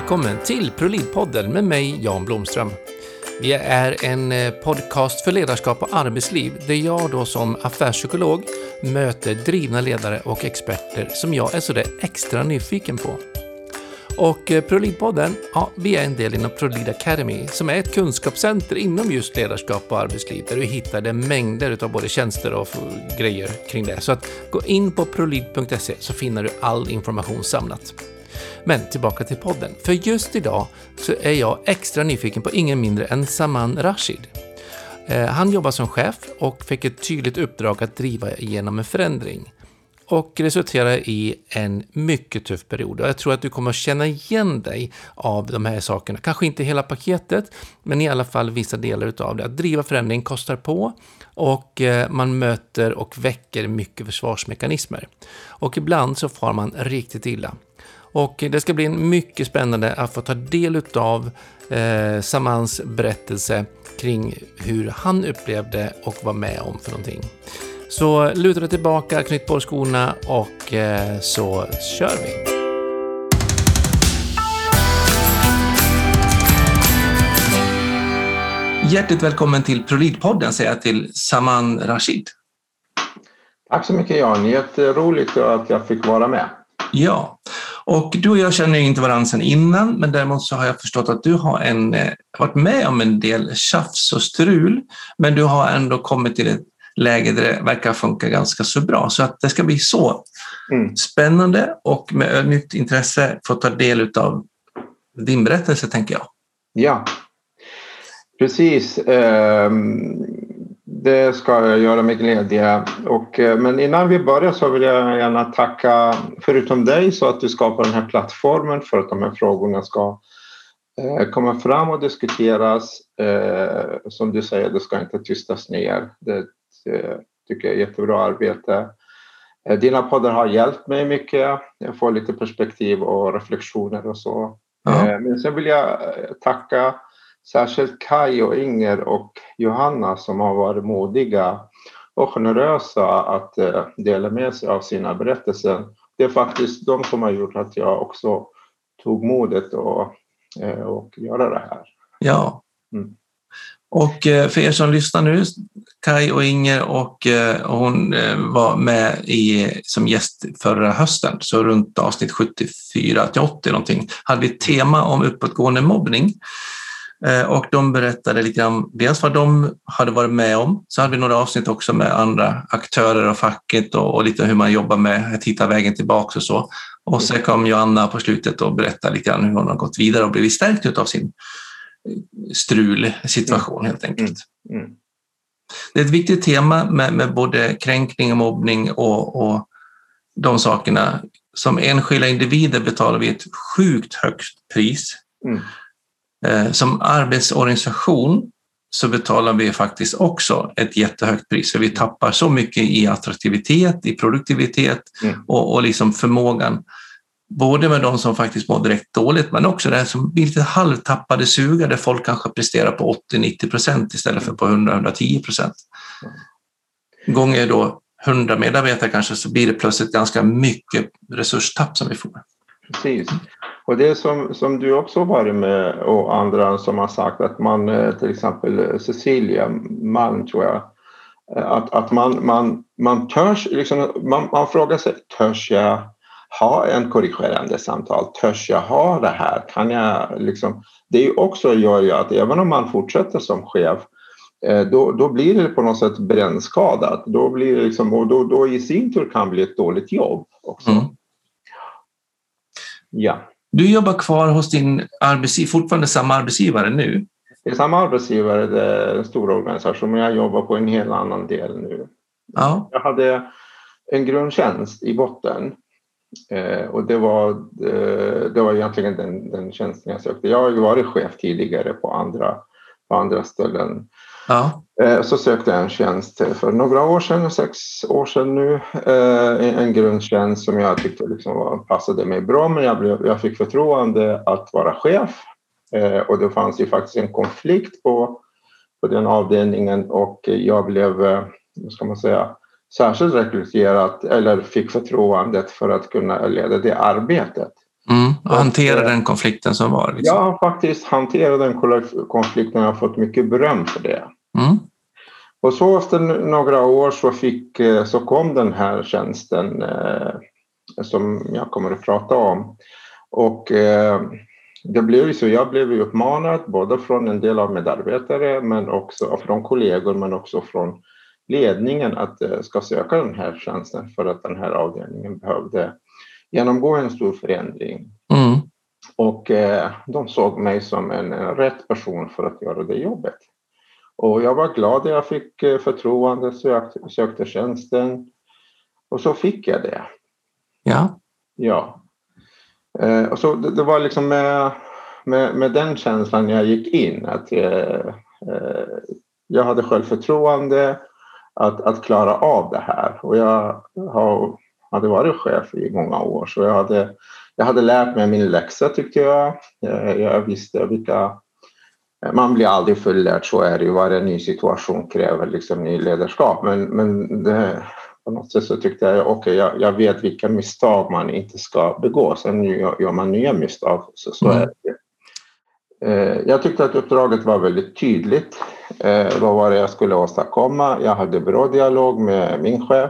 välkommen till ProLead-podden med mig, Jan Blomström. Vi är en podcast för ledarskap och arbetsliv där jag då som affärspsykolog möter drivna ledare och experter som jag är så där extra nyfiken på. Och ProLead-podden, vi är en del inom ProLead Academy som är ett kunskapscenter inom just ledarskap och arbetsliv där du hittar mängder av både tjänster och grejer kring det. Så att gå in på prolead.se så finner du all information samlat. Men tillbaka till podden. För just idag så är jag extra nyfiken på ingen mindre än Saman Rashid. Han jobbar som chef och fick ett tydligt uppdrag att driva igenom en förändring. Och resulterar i en mycket tuff period. Och jag tror att du kommer att känna igen dig av de här sakerna. Kanske inte hela paketet, men i alla fall vissa delar av det. Att driva förändring kostar på och man möter och väcker mycket försvarsmekanismer. Och ibland så får man riktigt illa. Och det ska bli mycket spännande att få ta del av Samans berättelse kring hur han upplevde och var med om för någonting. Så luta dig tillbaka, knytt på skorna och så kör vi. Hjärtligt välkommen till ProLead-podden säger jag till Saman Rashid. Tack så mycket Jan, jätteroligt att jag fick vara med. Ja, och du och jag känner ju inte varandra sedan innan, men däremot så har jag förstått att du har varit med om en del tjafs och strul, men du har ändå kommit till ett läge där det verkar funka ganska så bra. Så att det ska bli så spännande och med ödmjukt intresse få ta del av din berättelse, tänker jag. Ja, precis. Det ska jag göra med glädje. Men innan vi börjar så vill jag gärna tacka, förutom dig, så att du skapar den här plattformen för att de här frågorna ska komma fram och diskuteras. Som du säger, det ska inte tystas ner. Det tycker jag är jättebra arbete. Dina poddar har hjälpt mig mycket. Jag får lite perspektiv och reflektioner och så. Men sen vill jag tacka särskilt Kai och Inger och Johanna som har varit modiga och generösa att dela med sig av sina berättelser. Det är faktiskt de som har gjort att jag också tog modet och göra det här. Ja. Och för er som lyssnar nu, Kai och Inger och hon var med som gäst förra hösten, så runt avsnitt 74-80 någonting, hade vi ett tema om uppåtgående mobbning. Och de berättade lite grann dels vad de hade varit med om. Så hade vi några avsnitt också med andra aktörer och facket och lite hur man jobbar med att hitta vägen tillbaka och så. Och sen kom Joanna på slutet och berättade lite grann hur hon har gått vidare och blivit stärkt av sin strul-situation helt enkelt. Det är ett viktigt tema med både kränkning och mobbning och de sakerna. Som enskilda individer betalar vi ett sjukt högt pris. Som arbetsorganisation så betalar vi faktiskt också ett jättehögt pris, för vi tappar så mycket i attraktivitet, i produktivitet och liksom förmågan. Både med de som faktiskt mår direkt dåligt, men också det som blir lite halvtappade sugar där folk kanske presterar på 80-90% istället för på 100-110%. Gånger då 100 medarbetare kanske, så blir det plötsligt ganska mycket resurstapp som vi får. Precis. Och det som du också varit med och andra som har sagt att man, till exempel Cecilia Malm tror jag, att man törs, liksom, man frågar sig, törs jag ha en korrigerande samtal? Törs jag ha det här? Kan jag liksom, det är ju också gör ju att även om man fortsätter som chef, då blir det på något sätt brännskadat. Då blir det liksom, och då i sin tur kan bli ett dåligt jobb också. Ja. Du jobbar kvar hos din fortfarande samma arbetsgivare nu? Det är samma arbetsgivare, det är en stor organisation, men jag jobbar på en helt annan del nu. Ja. Jag hade en grundtjänst i botten och det var egentligen den tjänsten jag sökte. Jag har ju varit chef tidigare på andra ställen. Ja. Så sökte jag en tjänst för några år sedan, 6 år sedan nu. En grundtjänst som jag tyckte liksom passade mig bra, men jag fick förtroende att vara chef. Och det fanns ju faktiskt en konflikt på den avdelningen och jag blev, vad ska man säga, särskilt rekryterat eller fick förtroendet för att kunna leda det arbetet. Och hantera den konflikten som var. Liksom. Jag har faktiskt hanterat den konflikten och har fått mycket beröm för det. Och så efter några år så kom den här tjänsten som jag kommer att prata om. Och det blev ju så, jag blev uppmanad både från en del av medarbetare men också från kollegor men också från ledningen att ska söka den här tjänsten för att den här avdelningen behövde genomgå en stor förändring. Och de såg mig som en rätt person för att göra det jobbet. Och jag var glad att jag fick förtroende, sökte tjänsten och så fick jag det. Ja. Och så det var liksom med den känslan jag gick in att jag hade självförtroende att klara av det här. Och jag hade varit chef i många år så jag hade lärt mig min läxa tyckte jag. Jag visste man blir aldrig fullärd, så är det ju. Varje ny situation kräver liksom ny ledarskap. Men på något sätt så tyckte jag jag vet vilka misstag man inte ska begå. Sen gör man nya misstag, så är det. Jag tyckte att uppdraget var väldigt tydligt. Vad var det jag skulle åstadkomma? Jag hade bra dialog med min chef.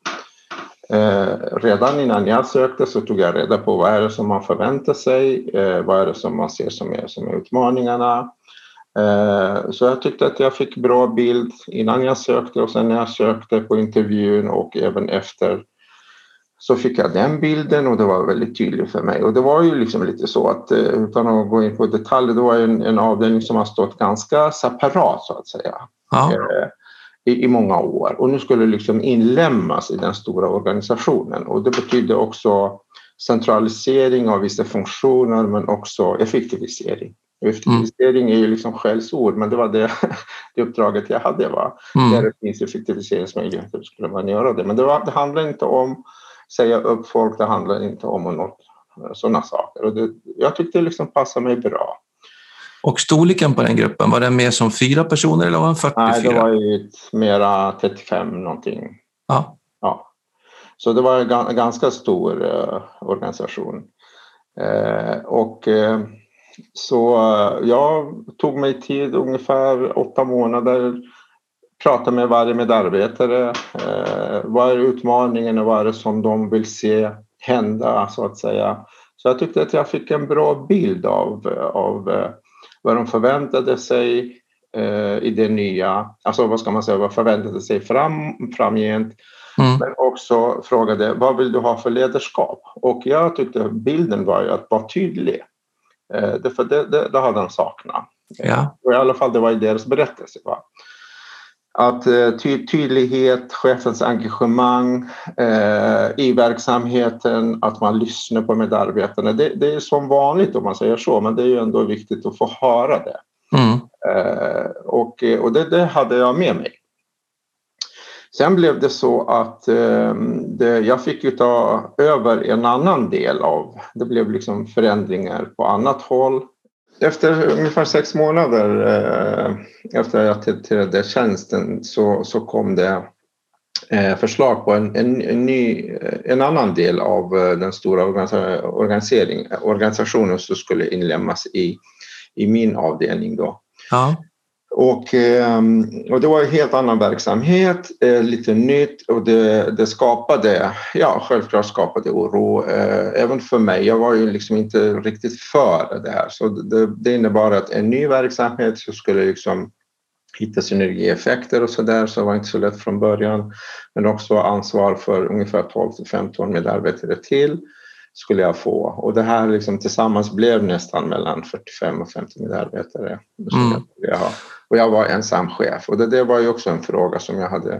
Redan innan jag sökte så tog jag reda på vad är det som man förväntar sig. Vad är det som man ser som är utmaningarna. Så jag tyckte att jag fick bra bild innan jag sökte och sen när jag sökte på intervjun och även efter så fick jag den bilden och det var väldigt tydligt för mig. Och det var ju liksom lite så att utan att gå in på detaljer, det var en avdelning som har stått ganska separat så att säga i många år. Och nu skulle det liksom inlämnas i den stora organisationen och det betyder också centralisering av vissa funktioner men också effektivisering. Effektivisering är ju liksom skällsord, men det var det uppdraget jag hade. Där det finns effektiviseringsmöjligheter skulle man göra det. Men det handlar inte om säga upp folk, det handlar inte om sådana saker. Och jag tyckte det liksom passade mig bra. Och storleken på den gruppen, var det mer som 4 personer eller var det 44? Nej, det var ju mera 35 någonting. Ja. Så det var en ganska stor organisation. Så jag tog mig tid ungefär 8 månader, pratade med varje medarbetare. Vad är utmaningen och vad är det som de vill se hända så att säga. Så jag tyckte att jag fick en bra bild av vad de förväntade sig i det nya. Alltså vad ska man säga, vad förväntade sig framgent. Men också frågade, vad vill du ha för ledarskap? Och jag tyckte bilden var ju att vara tydlig. Det hade han saknat. Och i alla fall det var i deras berättelse. Att tydlighet, chefens engagemang i verksamheten, att man lyssnar på medarbetarna. Det är som vanligt om man säger så, men det är ju ändå viktigt att få höra det. Och det hade jag med mig. Sen blev det så att jag fick ju ta över en annan del av, det blev liksom förändringar på annat håll. Efter ungefär 6 månader efter att jag tillträdde tjänsten så kom det förslag på en annan del av den stora organisationen som skulle inlämnas i min avdelning då. Och det var en helt annan verksamhet, lite nytt och det skapade, självklart skapade oro även för mig. Jag var ju liksom inte riktigt för det här, så det innebar att en ny verksamhet så skulle liksom hitta synergieffekter och sådär, så det var inte så lätt från början. Men också ansvar för ungefär 12-15 medarbetare till skulle jag få. Och det här liksom tillsammans blev nästan mellan 45 och 50 medarbetare. Och jag var ensam chef. Och det var ju också en fråga som jag hade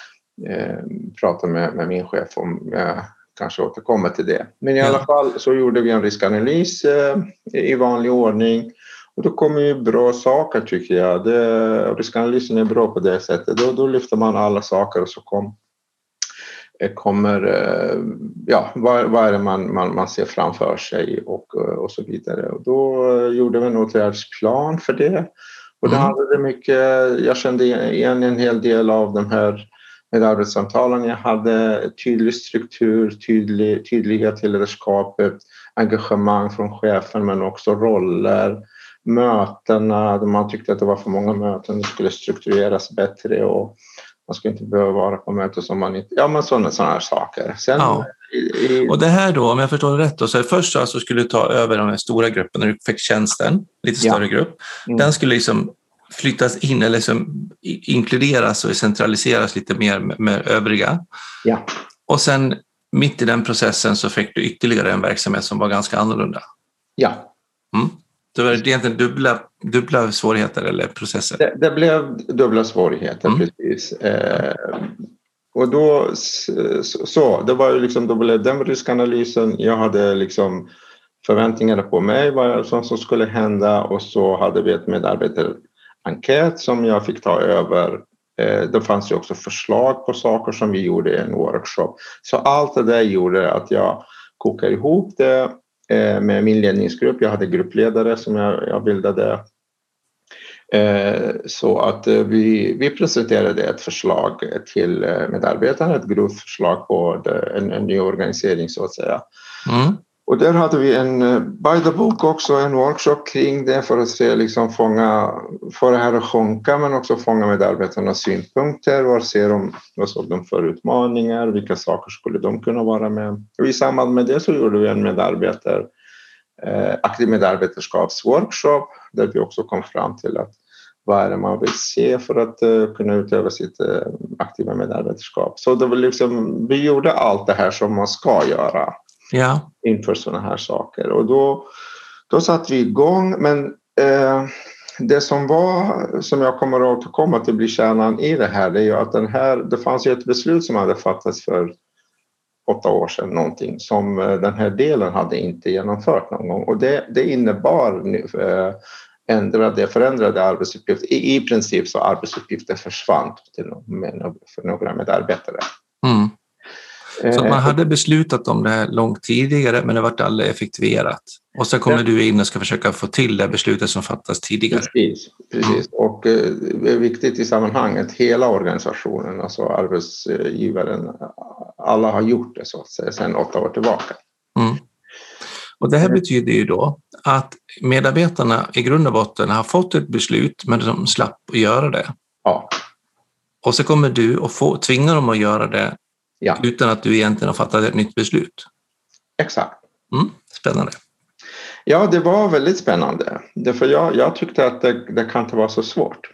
pratat med min chef om. Jag kanske återkommer till det. Men i alla fall så gjorde vi en riskanalys i vanlig ordning. Och då kommer ju bra saker tycker jag. Riskanalysen är bra på det sättet. Då lyfter man alla saker och så kommer vad är det man ser framför sig och så vidare. Och då gjorde vi en åtgärdsplan för det. Och det handlade mycket, jag kände igen en hel del av de här medarbetssamtalen. Jag hade tydlig struktur, tydlighet i ledarskapet, engagemang från chefen men också roller, mötena. Man tyckte att det var för många möten, det skulle struktureras bättre och man skulle inte behöva vara på möten som man inte... Ja, men sådana här saker. Sen, Och det här då, om jag förstår det rätt då, så först så skulle du ta över de här stora grupperna, du fick tjänsten, lite större grupp. Den skulle liksom flyttas in eller liksom inkluderas och centraliseras lite mer med övriga. Ja. Och sen mitt i den processen så fick du ytterligare en verksamhet som var ganska annorlunda. Ja. Det var egentligen dubbla svårigheter eller processer? Det blev dubbla svårigheter, precis. Och då det var ju liksom, då blev den riskanalysen. Jag hade liksom förväntningar på mig vad som skulle hända och så hade vi ett medarbetarenkät som jag fick ta över. Det fanns ju också förslag på saker som vi gjorde i en workshop. Så allt det där gjorde att jag kokade ihop det med min ledningsgrupp. Jag hade gruppledare som jag bildade. Så att vi presenterade ett förslag till medarbetarna, ett grovt förslag på en ny organisering så att säga. Och där hade vi en by the book också, en workshop kring det för att se liksom få det här att sjunka men också fånga medarbetarnas synpunkter. Vad såg de för utmaningar, vilka saker skulle de kunna vara med. Och i samband med det så gjorde vi en aktiv medarbetarskapsworkshop där vi också kom fram till att vad är det man vill se för att kunna utöva sitt aktiva medarbetarskap. Så det var liksom, vi gjorde allt det här som man ska göra inför sådana här saker. Och då satt vi igång, men det som jag kommer att återkomma till blir kärnan i det här, det är ju att det fanns ju ett beslut som hade fattats för 8 år sedan någonting som den här delen hade inte genomfört någon gång. Och det innebar förändrade arbetsuppgifter. I princip så arbetsuppgifter försvann för några medarbetare. Så man hade beslutat om det här långt tidigare men det var aldrig effektuerat. Och så kommer du in och ska försöka få till det beslutet som fattas tidigare. Precis. Och det är viktigt i sammanhanget, hela organisationen, alltså arbetsgivaren, alla har gjort det så att säga sedan 8 år tillbaka. Och det här betyder ju då att medarbetarna i grund och botten har fått ett beslut men de slapp att göra det. Ja. Och så kommer du och tvinga dem att göra det utan att du egentligen har fattat ett nytt beslut. Exakt. Spännande. Ja, det var väldigt spännande. Därför jag tyckte att det kan inte vara så svårt.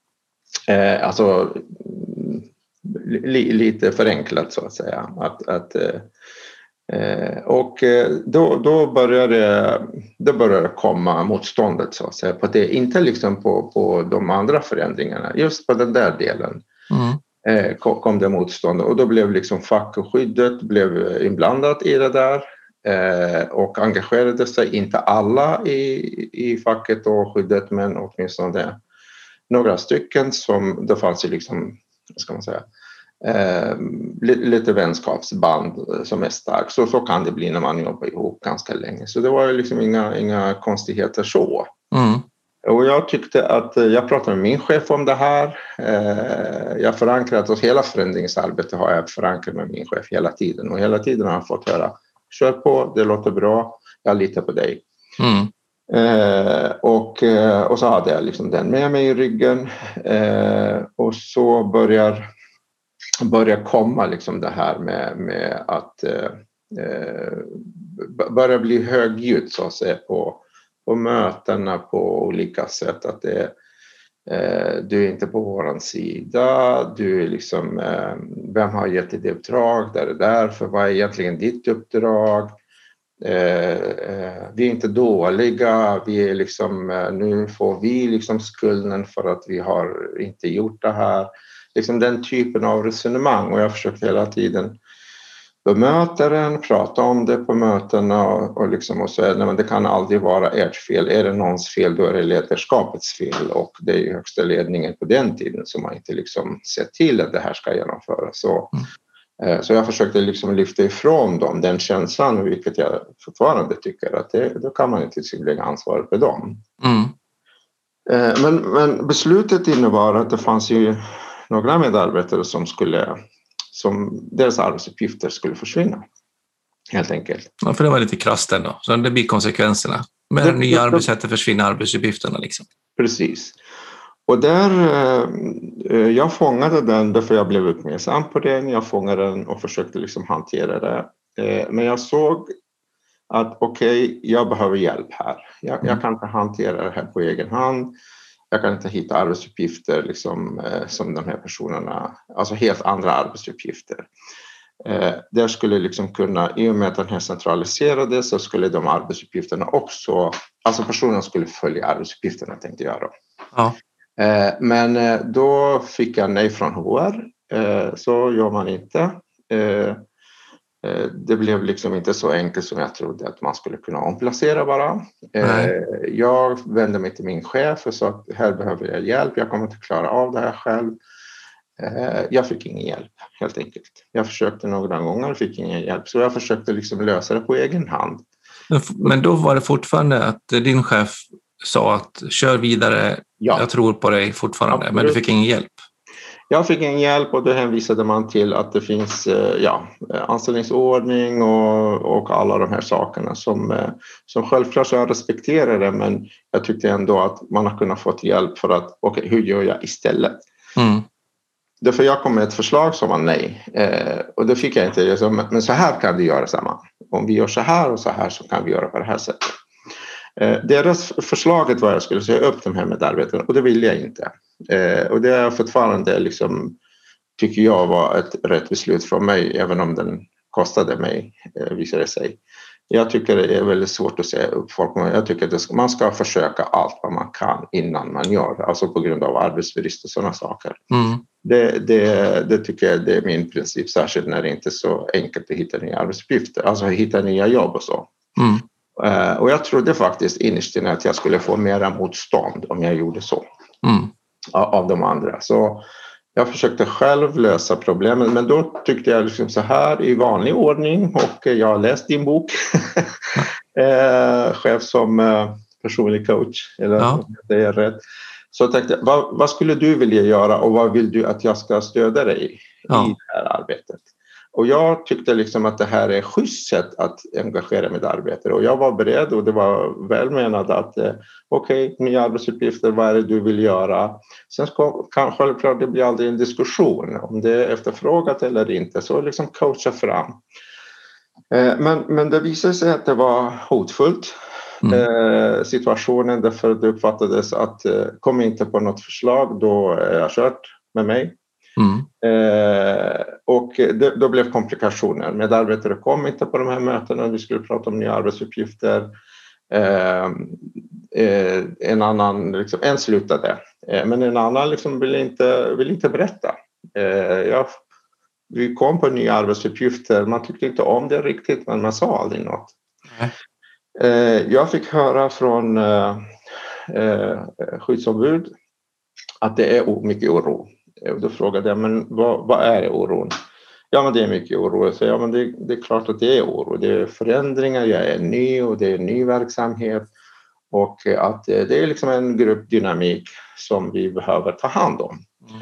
Lite förenklat så att säga. Och då började komma motståndet så att säga på det, inte liksom på de andra förändringarna, just på den där delen kom det motstånd och då blev liksom fack och skyddet blev inblandat i det där och engagerade sig inte alla i facket och skyddet men åtminstone några stycken som det fanns ju liksom, ska man säga, lite vänskapsband som är starkt. Så kan det bli när man jobbar ihop ganska länge. Så det var ju liksom inga konstigheter så. Och jag tyckte att jag pratade med min chef om det här. Jag förankrat oss, hela förändringsarbetet har jag förankrat med min chef hela tiden. Och hela tiden har jag fått höra, kör på, det låter bra, jag litar på dig. Och så hade jag liksom den med mig i ryggen. Och så börjar komma liksom det här med att börja bli högljutt så att säga på mötena på olika sätt, att du är inte på våran sida, du är liksom, vem har gett dig det uppdrag, därför vad är egentligen ditt uppdrag, vi är inte dåliga, vi är liksom, nu får vi liksom skulden för att vi har inte gjort det här, liksom den typen av resonemang. Och jag försökte hela tiden bemöta den, prata om det på mötena och säga, nej men det kan aldrig vara ert fel. Är det någons fel, då är det ledarskapets fel. Och det är ju högsta ledningen på den tiden som man inte liksom ser till att det här ska genomföras. Så jag försökte liksom lyfta ifrån dem den känslan, vilket jag fortfarande tycker att då kan man inte lägga ansvaret på dem. Men beslutet innebar att det fanns ju några medarbetare som deras arbetsuppgifter skulle försvinna. Helt enkelt. Ja, för det var lite krasst ändå. Så det blir konsekvenserna. Med nya arbetssätt försvinner arbetsuppgifterna liksom. Precis. Och där, jag fångade den därför jag blev uppmärksam på den. Jag fångade den och försökte liksom hantera det. Men jag såg att okej, jag behöver hjälp här. Jag kan inte hantera det här på egen hand. Jag kan inte hitta arbetsuppgifter liksom, som de här personerna, alltså helt andra arbetsuppgifter. Där skulle liksom kunna, i och med att den här centraliserade, så skulle de arbetsuppgifterna också, alltså personerna skulle följa arbetsuppgifterna, tänkte jag då. Ja. Men då fick jag nej från HR, så gör man inte. Det blev liksom inte så enkelt som jag trodde att man skulle kunna omplacera bara. Jag vände mig till min chef och sa att här behöver jag hjälp, jag kommer inte klara av det här själv. Jag fick ingen hjälp, helt enkelt. Jag försökte några gånger och fick ingen hjälp, så jag försökte liksom lösa det på egen hand. Men då var det fortfarande att din chef sa att kör vidare, jag tror på dig fortfarande, absolut. Men du fick ingen hjälp? Jag fick ingen hjälp och då hänvisade man till att det finns anställningsordning och alla de här sakerna som självklart jag respekterade, men jag tyckte ändå att man har kunnat få hjälp för att okej, hur gör jag istället? Därför jag kom med ett förslag som var nej. Och det fick jag inte. Men så här kan vi göra samma. Om vi gör så här och så här så kan vi göra på det här sättet. Deras förslaget var att jag skulle säga upp de här medarbetarna. Och det ville jag inte. Och det är fortfarande liksom, tycker jag var ett rätt beslut från mig. Även om den kostade mig, visade det sig. Jag tycker det är väldigt svårt att säga upp folk. Jag tycker att man ska försöka allt vad man kan innan man gör. Alltså på grund av arbetsbrist och sådana saker. Det tycker jag det är min princip. Särskilt när det inte är så enkelt att hitta nya arbetsuppgifter. Alltså hitta nya jobb och så. Och jag trodde faktiskt innerst inne att jag skulle få mera motstånd om jag gjorde så. Av de andra. Så jag försökte själv lösa problemen, men då tyckte jag liksom så här i vanlig ordning, och jag har läst din bok. Chef som personlig coach, eller det är rätt. Så jag tänkte, vad skulle du vilja göra och vad vill du att jag ska stödja dig i det här arbetet? Och jag tyckte liksom att det här är ett schysst sätt att engagera medarbetare. Och jag var beredd och det var välmenat att okej, nya arbetsuppgifter, vad är det du vill göra? Sen kan självklart det blir aldrig en diskussion om det är efterfrågat eller inte. Så liksom coacha fram. Men det visade sig att det var hotfullt. Situationen, därför det uppfattades att kom inte på något förslag, då är jag kört med mig. Och då blev komplikationer. Medarbetare kom inte på de här mötena. Vi skulle prata om nya arbetsuppgifter. En annan liksom, en slutade. Men en annan liksom vill inte berätta. Vi kom på nya arbetsuppgifter. Man tyckte inte om det riktigt, men man sa aldrig något. Jag fick höra från skyddsombud att det är mycket oro. Och då frågade jag, men vad är oron? Ja, men det är mycket oro. Så ja, men det är klart att det är oro. Det är förändringar, jag är ny och det är en ny verksamhet. Och att det är liksom en gruppdynamik som vi behöver ta hand om.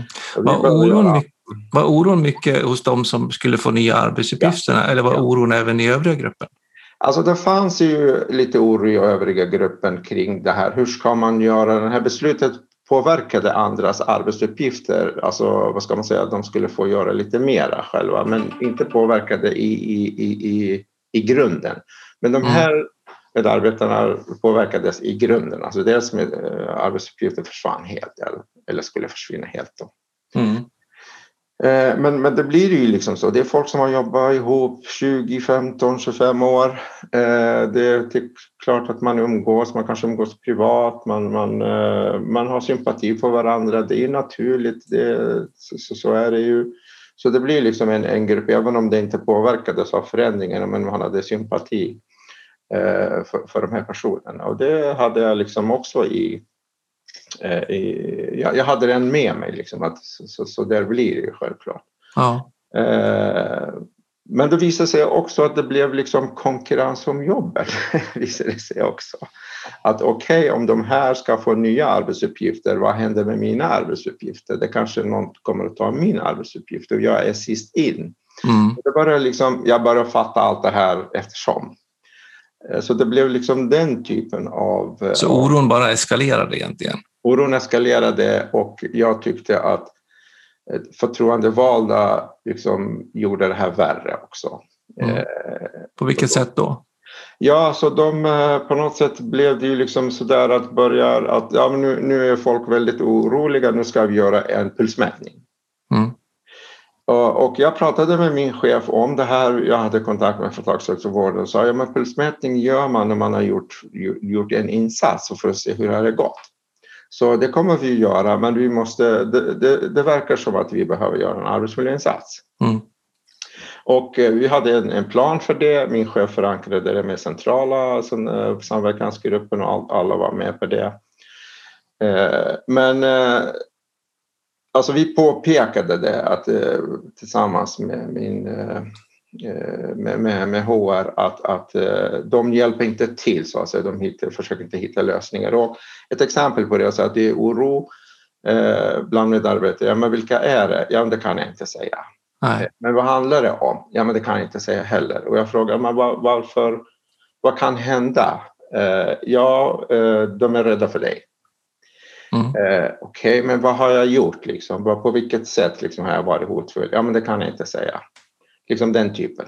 Var oron mycket hos de som skulle få nya arbetsuppgifterna, eller var oron även i övriga gruppen? Alltså det fanns ju lite oro i övriga gruppen kring det här. Hur ska man göra? Det här beslutet påverkade andras arbetsuppgifter. Alltså vad ska man säga? Att de skulle få göra lite mera själva. Men inte påverkade i grunden. Men de här medarbetarna påverkades i grunden. Alltså deras arbetsuppgifter försvann helt. Eller skulle försvinna helt då. Men det blir ju liksom så. Det är folk som har jobbat ihop 20, 15, 25 år. Det är klart att man umgås. Man kanske umgås privat. Man har sympati för varandra. Det är naturligt. Så är det ju. Så det blir liksom en grupp. Även om det inte påverkades av förändringarna. Men man hade sympati för de här personerna. Och det hade jag liksom också jag hade den med mig liksom, att så där blir det ju självklart. Men det visade sig också att det blev liksom konkurrens om jobbet. Visade det sig också. att okej, om de här ska få nya arbetsuppgifter, vad händer med mina arbetsuppgifter? Det kanske någon kommer att ta min arbetsuppgift och jag är sist in. Jag började fatta allt det här eftersom. Så det blev liksom den typen av... Så oron bara eskalerade egentligen? Oron eskalerade och jag tyckte att förtroendevalda liksom gjorde det här värre också. På vilket sätt då? Ja, så på något sätt blev det ju liksom sådär att men nu är folk väldigt oroliga, nu ska vi göra en pulsmätning. Och jag pratade med min chef om det här, jag hade kontakt med företagshälsovården och sa, men pulsmätning gör man när man har gjort en insats för att se hur det har gått. Så det kommer vi göra, men vi måste, det verkar som att vi behöver göra en arbetsmiljöinsats. Och vi hade en plan för det, min chef förankrade det med centrala samverkansgruppen och alla var med på det. Men alltså vi påpekade det att tillsammans med HR att de hjälper inte till, så att säga. De försöker inte hitta lösningar. Och ett exempel på det är att det är oro bland medarbetare. Ja, men vilka är det? Ja, men det kan jag inte säga. Nej. Men vad handlar det om? Ja, men det kan jag inte säga heller. Och jag frågar, men varför? Vad kan hända? De är rädda för dig. Okej, men vad har jag gjort liksom? På vilket sätt liksom har jag varit hotfull? Ja, men det kan jag inte säga. Liksom den typen.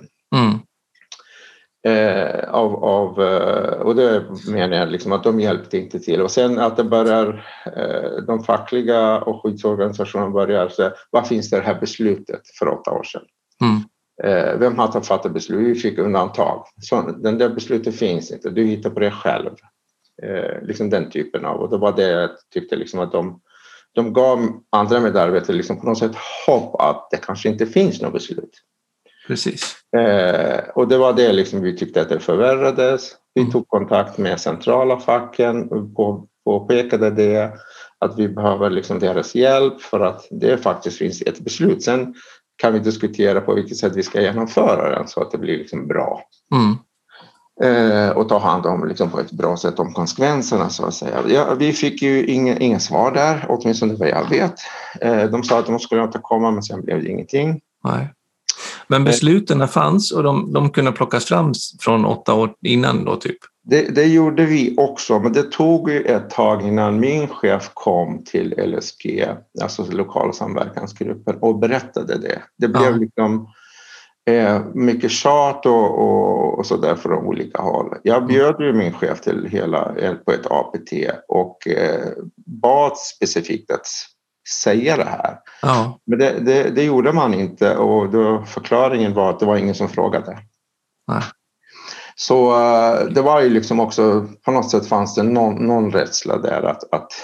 Och det menar jag liksom att de hjälpte inte till. Och sen att det börjar, de fackliga och skyddsorganisationerna börjar säga, vad finns det här beslutet för 8 år sedan? Vem har fattat beslut? Vi fick undantag. Så den där beslutet finns inte, du hittar på det själv. Liksom den typen av, och det var det jag tyckte liksom att de gav andra medarbetare liksom på något sätt hopp att det kanske inte finns något beslut. Precis. Och det var det liksom vi tyckte att det förvärrades. Vi tog kontakt med centrala facken och påpekade det att vi behöver liksom deras hjälp för att det faktiskt finns ett beslut. Sen kan vi diskutera på vilket sätt vi ska genomföra den så att det blir liksom bra. Och ta hand om liksom på ett bra sätt om konsekvenserna, så att säga. Ja, vi fick ju inga svar där, åtminstone vad jag vet. De sa att de skulle inte komma, men sen blev det ingenting. Nej. Men besluten fanns och de kunde plockas fram från 8 år innan då typ? Det gjorde vi också, men det tog ju ett tag innan min chef kom till LSG, alltså lokala samverkansgruppen, och berättade det. Det blev liksom mycket tjat och så där från olika håll. Jag bjöd ju min chef till på ett APT och bad specifikt att säga det här. Men det gjorde man inte, och då förklaringen var att det var ingen som frågade. Så det var ju liksom också, på något sätt fanns det någon rädsla där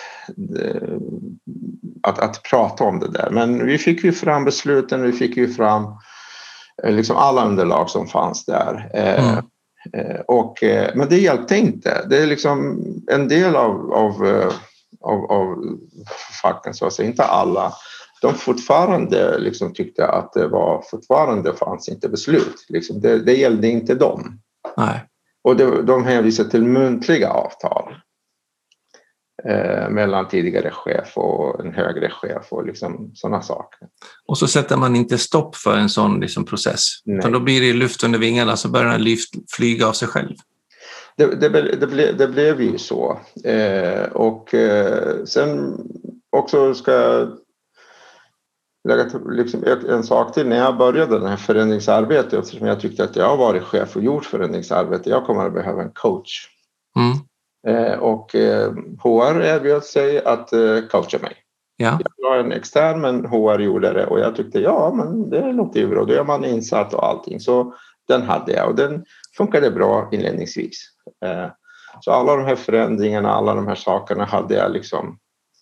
att prata om det där. Men vi fick ju fram besluten, vi fick ju fram liksom alla underlag som fanns där. Men det hjälpte inte. Det är liksom en del av facken, så att säga, inte alla. De fortfarande liksom tyckte att det fortfarande fanns inte beslut. Liksom det gällde inte dem. Nej. Och de hänvisade till muntliga avtal mellan tidigare chef och en högre chef och liksom sådana saker. Och så sätter man inte stopp för en sån liksom process. Utan då blir det luft under vingarna, så börjar den flyga av sig själv. Det blev ju så. Sen också ska jag lägga liksom en sak till. När jag började det här förändringsarbetet, eftersom jag tyckte att jag har varit chef och gjort förändringsarbete, jag kommer att behöva en coach. Och HR erbjöd sig att coacha mig. Ja. Jag var en extern, men HR gjorde det, och jag tyckte men det låter ju bra, då är man insatt och allting. Så den hade jag, och den funkade bra inledningsvis. Så alla de här förändringarna, alla de här sakerna hade jag liksom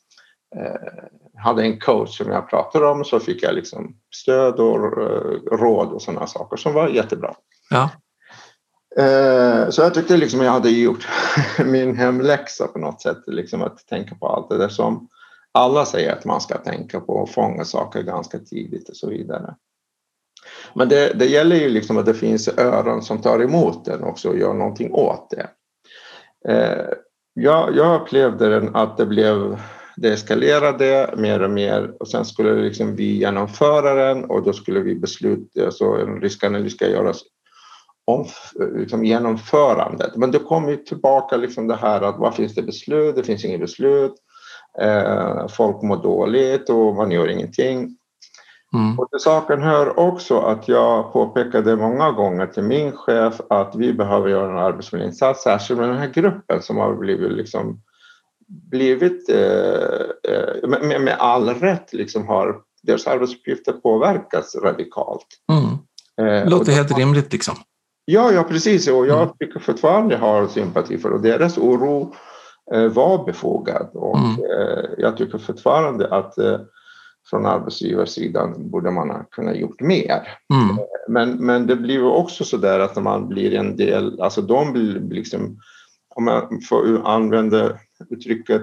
hade en coach som jag pratade om, så fick jag liksom stöd och råd och sådana saker som var jättebra. Ja. Så jag tyckte liksom jag hade gjort min hemläxa på något sätt, liksom att tänka på allt det där som alla säger att man ska tänka på, och fånga saker ganska tidigt och så vidare. Men det gäller ju liksom att det finns öron som tar emot den också och gör någonting åt det. Jag upplevde att det eskalerade mer och mer och sen skulle liksom vi genomföra den och då skulle vi besluta, så en riskanalys ska göras om liksom genomförandet. Men då kom vi tillbaka liksom det här att vad finns det beslut? Det finns inget beslut. Folk mår dåligt och man gör ingenting. Och till saken hör också att jag påpekade många gånger till min chef att vi behöver göra en arbetsmiljöinsats, särskilt med den här gruppen som har blivit med all rätt liksom har deras arbetsuppgifter påverkats radikalt. Låter helt rimligt liksom. Ja, precis. Och jag tycker fortfarande har sympati för det. Och deras oro var befogad. Och jag tycker fortfarande att från arbetsgivarsidan borde man kunna gjort mer. Men det blir också så där att när man blir en del, alltså de blir liksom, om man får använda uttrycket,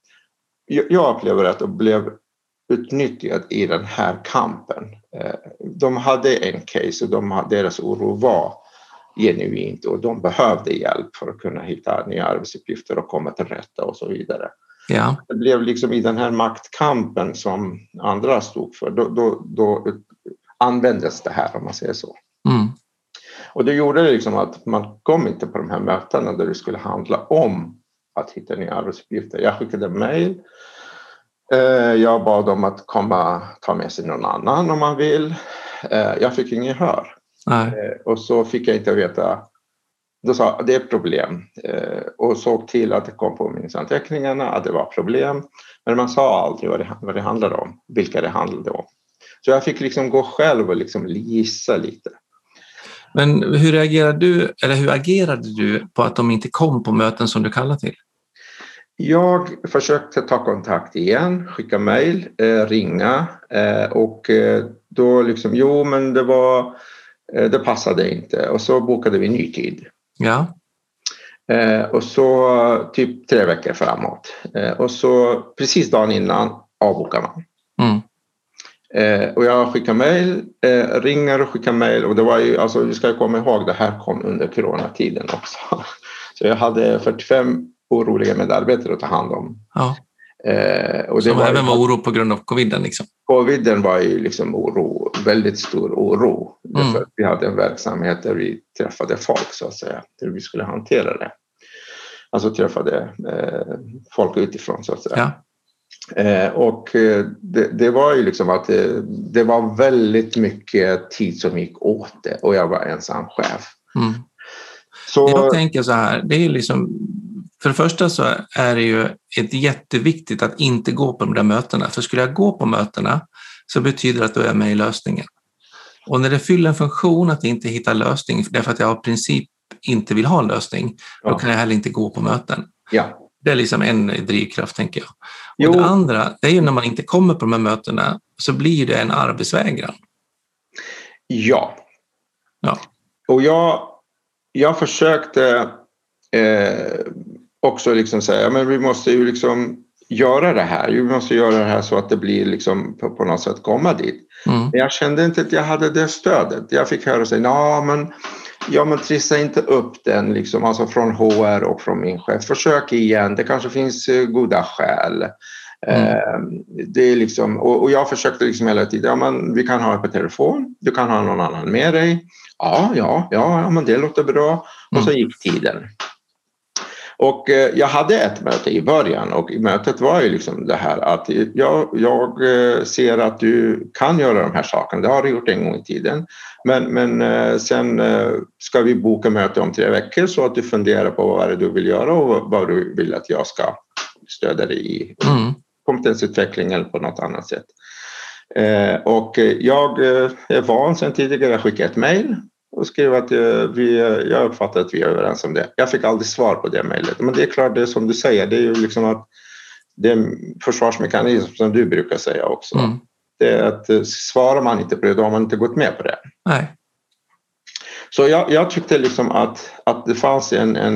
jag upplever att de blev utnyttjade i den här kampen. De hade en case och deras oro var genuint och de behövde hjälp för att kunna hitta nya arbetsuppgifter och komma till rätta och så vidare. Ja. Det blev liksom i den här maktkampen som andra stod för, då användes det här, om man säger så. Och det gjorde det liksom att man kom inte på de här mötena där det skulle handla om att hitta nya arbetsuppgifter. Jag skickade mejl. Jag bad dem att ta med sig någon annan om man vill. Jag fick ingen hör. Och så fick jag inte veta. Då sa jag, det är problem. Och såg till att det kom på minnesanteckningarna att det var problem. Men man sa aldrig vad det handlade om. Vilka det handlade om. Så jag fick liksom gå själv och liksom gissa lite. Men hur agerade du på att de inte kom på möten som du kallade till? Jag försökte ta kontakt igen, skicka mejl, ringa och då liksom, men det passade inte och så bokade vi ny tid. Ja. Och så typ 3 veckor framåt och så precis dagen innan avbokar man. Och jag skickar mejl, ringer och skickar mejl och det var ju, alltså vi ska komma ihåg, det här kom under coronatiden också. Så jag hade 45 oroliga medarbetare att ta hand om. Ja. Och det även var oro på grund av coviden liksom? Coviden var ju liksom oro, väldigt stor oro. Därför att vi hade en verksamhet där vi träffade folk så att säga, där vi skulle hantera det. Alltså träffade folk utifrån så att säga. Ja. Och det var ju liksom att det var väldigt mycket tid som gick åt det och jag var ensam chef. Så jag tänker så här, det är liksom, för det första så är det ju jätteviktigt att inte gå på de där mötena, för skulle jag gå på mötena så betyder det att då är jag med i lösningen. Och när det fyller en funktion att inte hitta lösning därför att jag av princip inte vill ha en lösning, då kan jag heller inte gå på möten. Ja. Det är liksom en drivkraft, tänker jag. Och det andra, det är ju när man inte kommer på de här mötena så blir det en arbetsvägran. Ja. Och jag försökte också liksom säga, men vi måste ju liksom göra det här. Vi måste göra det här så att det blir liksom på något sätt komma dit. Men jag kände inte att jag hade det stödet. Jag fick höra sig, men trissa inte upp den liksom, alltså från HR och från min chef. Försök igen, det kanske finns goda skäl. Det är liksom, och jag försökte liksom hela tiden, men vi kan ha det på telefon, du kan ha någon annan med dig. Ja, men det låter bra. Och så gick tiden. Och jag hade ett möte i början och mötet var ju liksom det här att jag ser att du kan göra de här sakerna. Det har du gjort en gång i tiden. Men sen ska vi boka möte om 3 veckor så att du funderar på vad det är du vill göra och vad du vill att jag ska stödja dig i. Kompetensutveckling eller på något annat sätt. Och jag är van sedan tidigare att skicka ett mejl och skrev att jag uppfattar att vi är överens om det. Jag fick aldrig svar på det mejlet. Men det är klart, det är som du säger, det är ju liksom att det är en försvarsmekanism som du brukar säga också. Det är att svarar man inte på det, då har man inte gått med på det. Nej. Så jag tyckte liksom att det fanns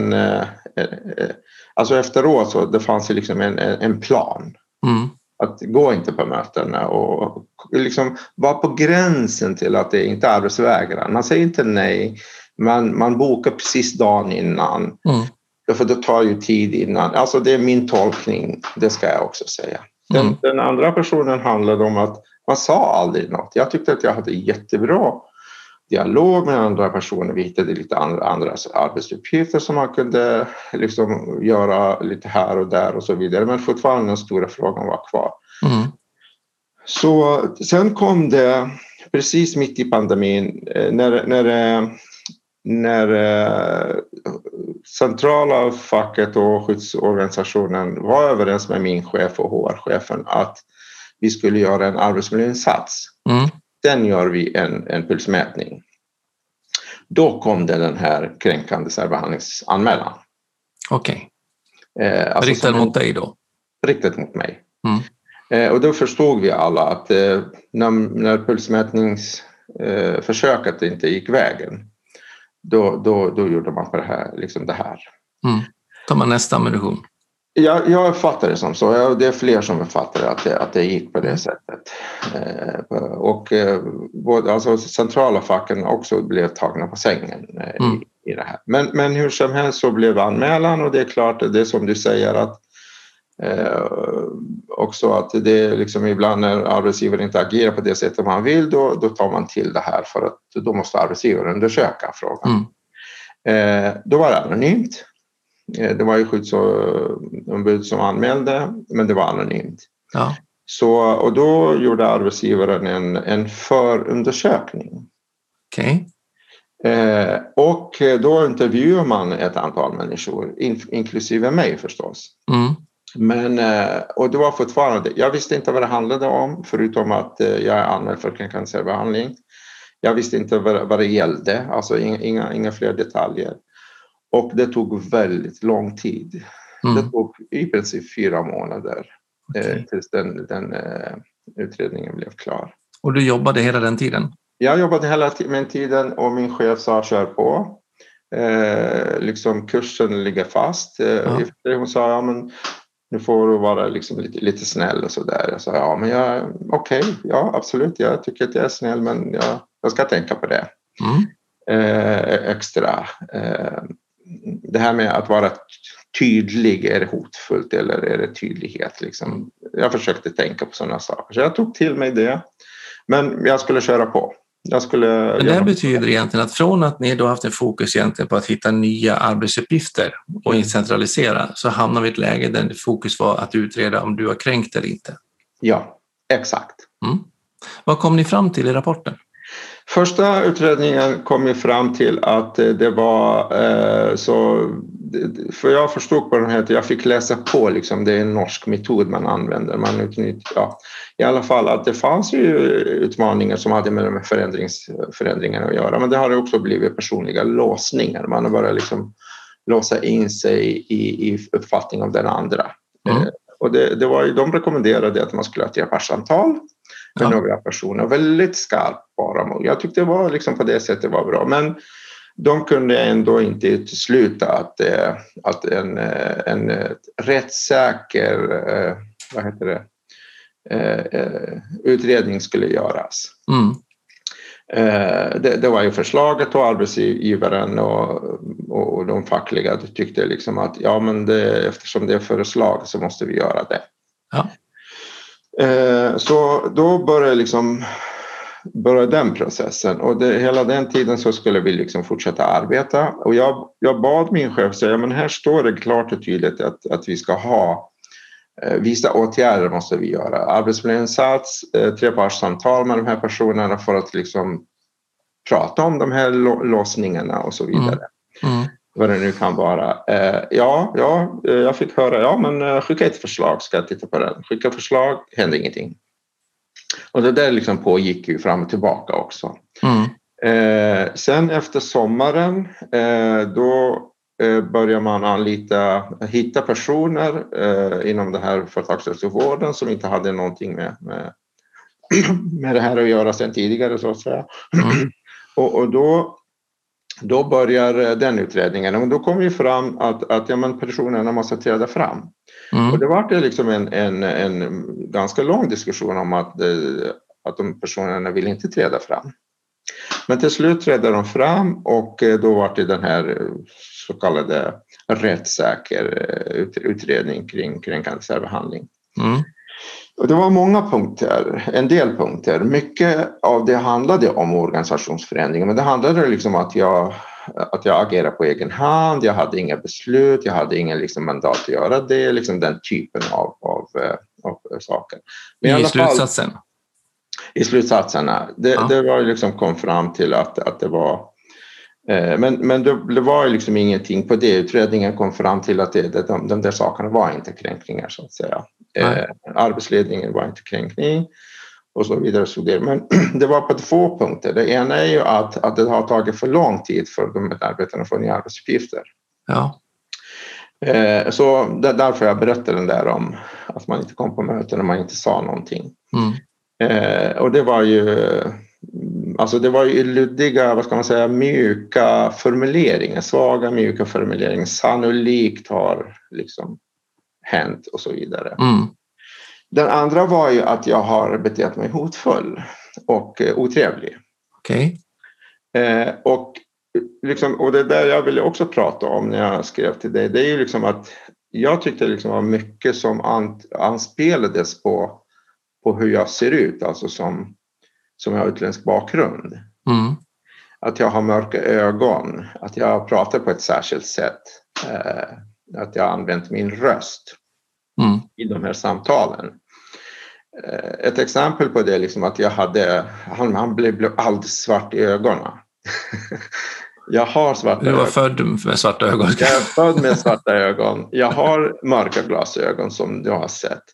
alltså efteråt så det fanns liksom en plan. Att gå inte på mötena och liksom vara på gränsen till att det inte är arbetsvägran. Man säger inte nej, man bokar precis dagen innan. Därför det tar ju tid innan. Alltså det är min tolkning, det ska jag också säga. Den andra personen handlade om att man sa aldrig något. Jag tyckte att jag hade jättebra dialog med andra personer. Vi hittade lite andra arbetsuppgifter som man kunde liksom göra lite här och där och så vidare. Men fortfarande den stora frågan var kvar. Så sen kom det precis mitt i pandemin när centrala facket och skyddsorganisationen var överens med min chef och HR-chefen att vi skulle göra en arbetsmiljöinsats. Sen gör vi en pulsmätning. Då kom det den här kränkande särbehandlingsanmälan. Okej. Alltså riktat mot dig då? Riktat mot mig. Och då förstod vi alla att när pulsmätningsförsöket inte gick vägen, då gjorde man på det här. Tar man nästa ammunition? Jag fattar det som så. Det är fler som fattar att det gick på det sättet. Och alltså centrala facken också blev tagna på sängen i det här. Men hur som helst så blev anmälan, och det är klart, det är som du säger att också att det är liksom ibland när arbetsgivaren inte agerar på det sättet man vill, då tar man till det här för att då måste arbetsgivaren undersöka frågan. Då var det anonymt. Det var ju skyddsombud som anmälde, men det var anonymt. Ja. Så, och då gjorde arbetsgivaren en förundersökning. Okej. Och då intervjuar man ett antal människor, inklusive mig förstås. Men, och det var fortfarande, jag visste inte vad det handlade om, förutom att jag är anmäld för kränkande särbehandling. Jag visste inte vad det gällde, alltså inga fler detaljer. Och det tog väldigt lång tid. Det tog i princip 4 månader tills den utredningen blev klar. Och du jobbade hela den tiden? Jag jobbade hela tiden och min chef sa kör på. Kursen ligger fast. Hon sa men nu får du vara lite snäll och sådär. Jag sa okej, absolut, jag tycker att jag är snäll, men jag ska tänka på det. Extra. Det här med att vara tydlig, är det hotfullt eller är det tydlighet? Jag försökte tänka på sådana saker. Så jag tog till mig det. Men jag skulle köra på. Men det här betyder egentligen att från att ni då haft en fokus egentligen på att hitta nya arbetsuppgifter och centralisera, så hamnar vi i ett läge där fokus var att utreda om du har kränkt eller inte. Ja, exakt. Vad kom ni fram till i rapporten? Första utredningen kom ju fram till att det var för jag förstod på den här, jag fick läsa på det är en norsk metod man använder. I alla fall att det fanns ju utmaningar som hade med de här förändringarna att göra, men det har också blivit personliga låsningar. Man har bara låsa in sig i uppfattning av den andra. Och det var ju, de rekommenderade att man skulle ha ett trepartssamtal med några personer, väldigt skarpt bara. Jag tyckte det var på det sättet var bra, men de kunde ändå inte utesluta att en rättssäker utredning skulle göras. Det var ju förslaget, och arbetsgivaren och de fackliga tyckte att eftersom det är förslag så måste vi göra det. Ja. Så då började den processen, och hela den tiden så skulle vi fortsätta arbeta, och jag bad min chef säga, men här står det klart och tydligt att vi ska ha vissa åtgärder måste vi göra, arbetsmiljöinsats, trepartssamtal med de här personerna för att prata om de här låsningarna och så vidare. Vad det nu kan vara. Jag fick höra, men skicka ett förslag, ska jag titta på den. Skicka förslag, hände ingenting. Och det där pågick ju fram och tillbaka också. Sen efter sommaren, då börjar man hitta personer inom det här företagshälsovården som inte hade någonting med det här att göra sedan tidigare, så att säga. Och då börjar den utredningen, och då kom vi fram att personerna måste träda fram. Och det var en ganska lång diskussion om att de personerna vill inte träda fram. Men till slut trädde de fram, och då var det den här så kallade rättssäker utredning kring kränkande särbehandling. Och det var många punkter, en del punkter. Mycket av det handlade om organisationsförändringar, men det handlade liksom att jag agerade på egen hand, jag hade inga beslut, jag hade ingen liksom mandat att göra det, liksom den typen av saker. Men I slutsatsen? I slutsatserna. Det var liksom kom fram till att det var men det var ju liksom ingenting på det. Utredningen kom fram till att de där sakerna var inte kränkningar så att säga. Arbetsledningen var inte kränkning och så vidare. Så det. Men det var på 2 punkter. Det ena är ju att det har tagit för lång tid för de medarbetarna att få nya arbetsuppgifter. Ja. Så därför jag berättade den där om att man inte kom på möten och man inte sa någonting. Och det var ju luddiga, vad ska man säga, mjuka formuleringar, svaga mjuka formuleringar, sannolikt har liksom hänt och så vidare. Den andra var ju att jag har betett mig hotfull och otrevlig. Okej. Och det där jag ville också prata om när jag skrev till dig, det är ju liksom att jag tyckte liksom var mycket som anspelades på hur jag ser ut, alltså som jag har utländsk bakgrund. Att jag har mörka ögon, att jag pratar på ett särskilt sätt, att jag har använt min röst i de här samtalen. Ett exempel på det är liksom att han blev alldeles svart i ögonen. Jag har svarta ögon. Du var född med svarta ögon. Jag är född med svarta ögon. Jag har mörka glasögon som du har sett.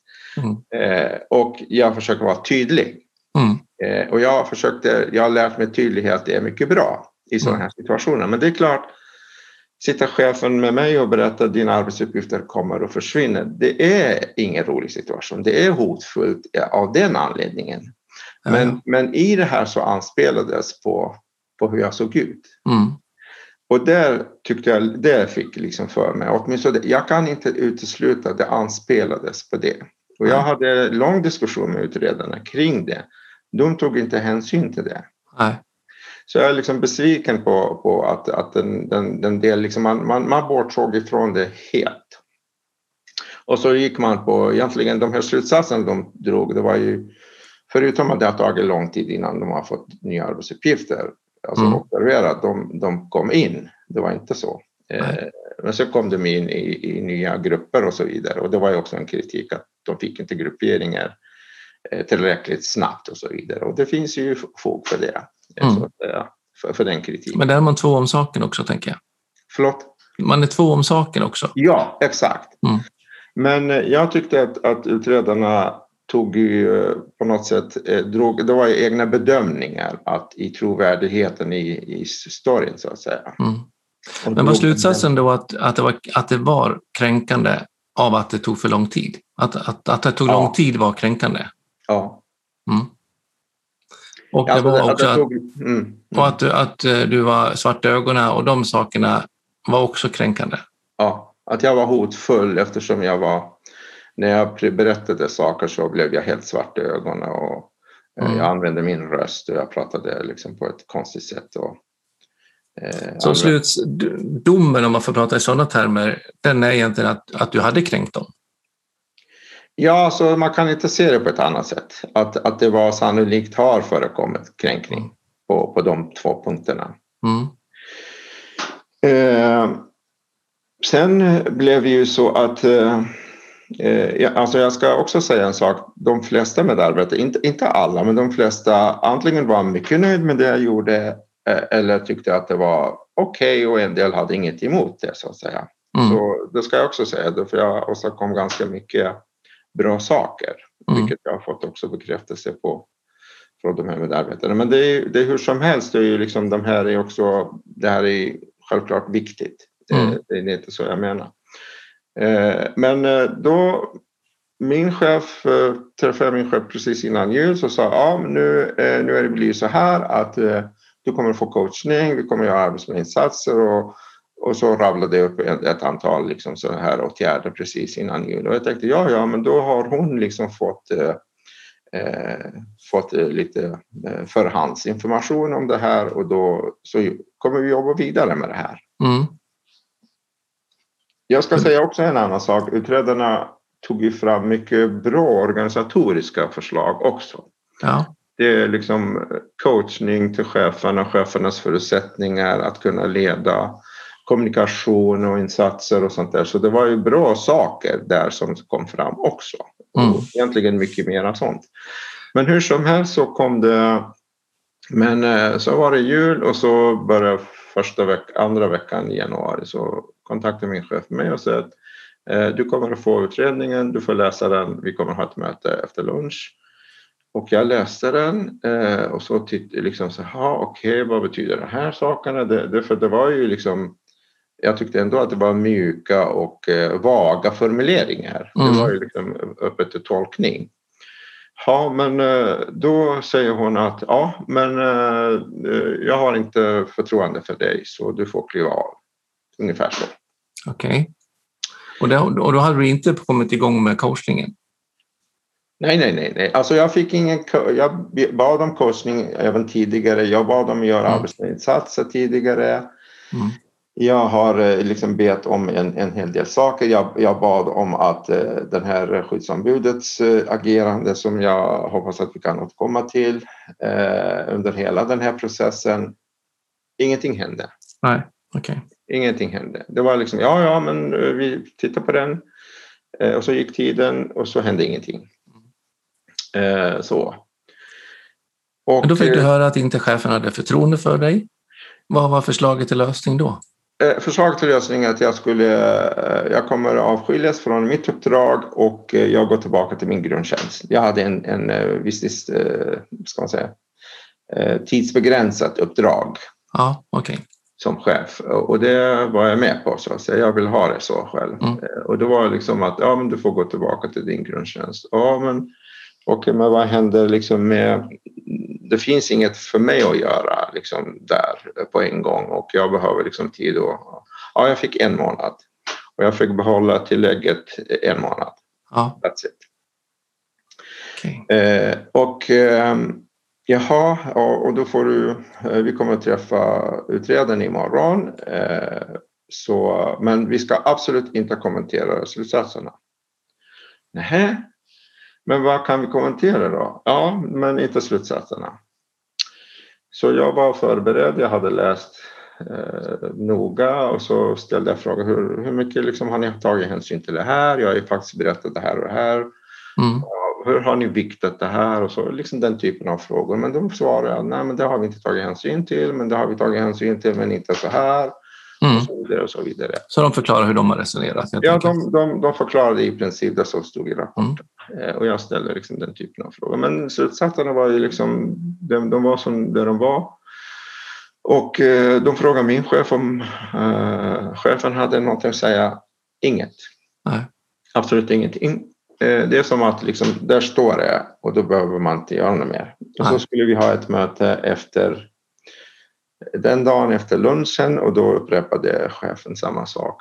Och jag försöker vara tydlig. Och jag har lärt mig tydlighet, det är mycket bra i sådana här situationer. Men det är klart, sitter chefen med mig och berättar att dina arbetsuppgifter kommer att försvinna. Det är ingen rolig situation. Det är hotfullt av den anledningen. Men i det här så anspelades på hur jag såg ut. Och där tyckte jag, det fick liksom för mig. Åtminstone, jag kan inte utesluta att det anspelades på det. Och jag hade lång diskussion med utredarna kring det. De tog inte hänsyn till det. Nej. Så jag är liksom besviken på att den del liksom man bortsåg ifrån det helt. Och så gick man på egentligen de här slutsatserna de drog. Det var ju, förutom att det har tagit lång tid innan de har fått nya arbetsuppgifter. Alltså observera att de kom in. Det var inte så. Men så kom de in i nya grupper och så vidare. Och det var ju också en kritik att de fick inte grupperingar tillräckligt snabbt och så vidare. Och det finns ju fog för det. Så att, för den kritiken. Men där är man 2 om saken också, tänker jag. Förlåt? Man är 2 om saken också. Ja, exakt. Men jag tyckte att utredarna tog ju på något sätt, det var ju egna bedömningar i trovärdigheten i storyn så att säga. Men var slutsatsen då att det var kränkande av att det tog för lång tid? Att det tog lång tid var kränkande? Ja. Och det var också att du var svarta ögonen och de sakerna var också kränkande? Ja, att jag var hotfull eftersom när jag berättade saker så blev jag helt svart i ögonen och jag använde min röst och jag pratade liksom på ett konstigt sätt. Så domen, om man får prata i sådana termer, den är egentligen att du hade kränkt dem? Ja, så man kan inte se det på ett annat sätt. Att det var sannolikt har förekommit kränkning på de 2 punkterna. Sen blev det ju så att alltså jag ska också säga en sak. De flesta medarbetare, inte alla, men de flesta antingen var mycket nöjd med det jag gjorde eller tyckte att det var okej och en del hade inget emot det så att säga. Så det ska jag också säga, för jag åstadkom ganska mycket bra saker, vilket jag har fått också bekräftelse på från de här medarbetarna. Men det är hur som helst, det är ju liksom det här är självklart viktigt. Det är inte så jag menar. Men då träffade min chef precis innan jul och sa nu är det blir så här att du kommer få coachning, vi kommer göra arbetsmiljöinsatser och så rabblade det upp ett antal liksom sådana här åtgärder precis innan jul. Och jag tänkte ja men då har hon liksom fått lite förhandsinformation om det här och då så kommer vi jobba vidare med det här. Jag ska säga också en annan sak. Utredarna tog ju fram mycket bra organisatoriska förslag också. Ja. Det är liksom coachning till cheferna, chefernas förutsättningar att kunna leda kommunikation och insatser och sånt där. Så det var ju bra saker där som kom fram också. Och egentligen mycket mer sånt. Men hur som helst så kom det... Men så var det jul och så började andra veckan i januari så kontaktade min chef mig och sa att du kommer att få utredningen, du får läsa den, vi kommer att ha ett möte efter lunch. Och jag läste den och så tittade liksom så här, okej, vad betyder de här sakerna? För det var ju liksom, jag tyckte ändå att det var mjuka och vaga formuleringar. Det var ju liksom öppet till tolkning. Ja, men då säger hon att jag har inte förtroende för dig så du får kliva av. Ungefär så. Okej. Och då hade du inte kommit igång med coachningen? Nej. Alltså jag bad om coachning även tidigare. Jag bad dem göra arbetsinsatser tidigare. Jag har liksom bett om en hel del saker. Jag bad om att den här skyddsombudets agerande som jag hoppas att vi kan återkomma till under hela den här processen. Ingenting hände. Nej, okej. Ingenting hände. Det var liksom, men vi tittar på den. Och så gick tiden och så hände ingenting. Så. Och men då fick du höra att inte chefen hade förtroende för dig. Vad var förslaget till lösning då? Förslaget till lösning är att jag kommer avskiljas från mitt uppdrag och jag går tillbaka till min grundtjänst. Jag hade en viss, ska man säga, tidsbegränsat uppdrag. Ja, okej. Som chef. Och det var jag med på så att säga. Jag vill ha det så själv. Och då var det liksom att men du får gå tillbaka till din grundtjänst. Men vad händer liksom med... Det finns inget för mig att göra liksom där på en gång och jag behöver liksom tid och... Ja, jag fick 1 månad. Och jag fick behålla tillägget 1 månad. Ja. That's it. Okay. Och då får vi kommer att träffa utredaren imorgon. Men vi ska absolut inte kommentera slutsatserna. Nej. Men vad kan vi kommentera då? Ja, men inte slutsatserna. Så jag var förberedd, jag hade läst noga och så ställde jag frågan hur mycket liksom har ni tagit hänsyn till det här? Jag har ju faktiskt berättat det här och det här. Hur har ni viktat det här? Och så liksom den typen av frågor. Men de svarade nej men det har vi inte tagit hänsyn till, men det har vi tagit hänsyn till men inte så här. Och så vidare och så vidare. Så de förklarar hur de har resonerat? Ja, de förklarade i princip det som stod i rapporten. Och jag ställde liksom den typen av frågor. Men slutsatserna var ju liksom, de var som det de var. Och de frågade min chef om chefen hade något att säga. Inget. Nej. Absolut ingenting. Det är som att liksom, där står det och då behöver man inte göra något mer. Och så skulle vi ha ett möte den dagen efter lunchen och då upprepade chefen samma sak.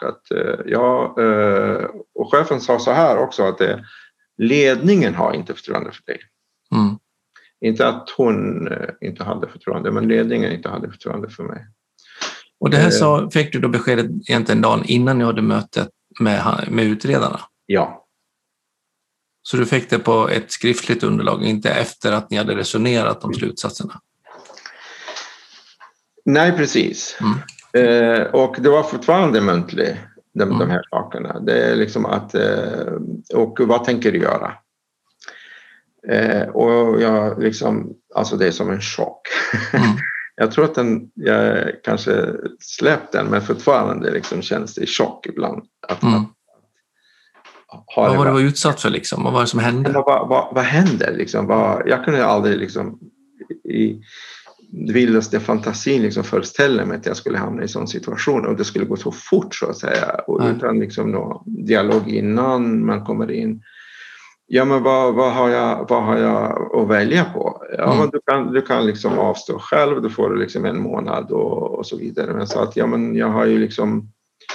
Och chefen sa så här också att ledningen har inte förtroende för dig. Inte att hon inte hade förtroende, men ledningen inte hade förtroende för mig. Och det här fick du då beskedet egentligen dagen innan ni hade mötet med utredarna? Ja. Så du fick det på ett skriftligt underlag, inte efter att ni hade resonerat om slutsatserna? Nej, precis. Och det var fortfarande muntligt, de här sakerna. Det är liksom att, och vad tänker du göra? Och jag liksom, alltså det är som en chock. Jag tror att jag kanske släppt den, men fortfarande liksom känns det i chock ibland. Vad var du utsatt för liksom? Vad var det som hände? Vad händer liksom? Jag kunde aldrig liksom i vildaste fantasin liksom föreställa mig att jag skulle hamna i sån situation och det skulle gå så fort så att säga och utan liksom någon dialog innan man kommer in. Ja, men vad har jag att välja på? Ja, men du kan liksom avstå själv, du får liksom 1 månad och så vidare. Men så att jag har ju liksom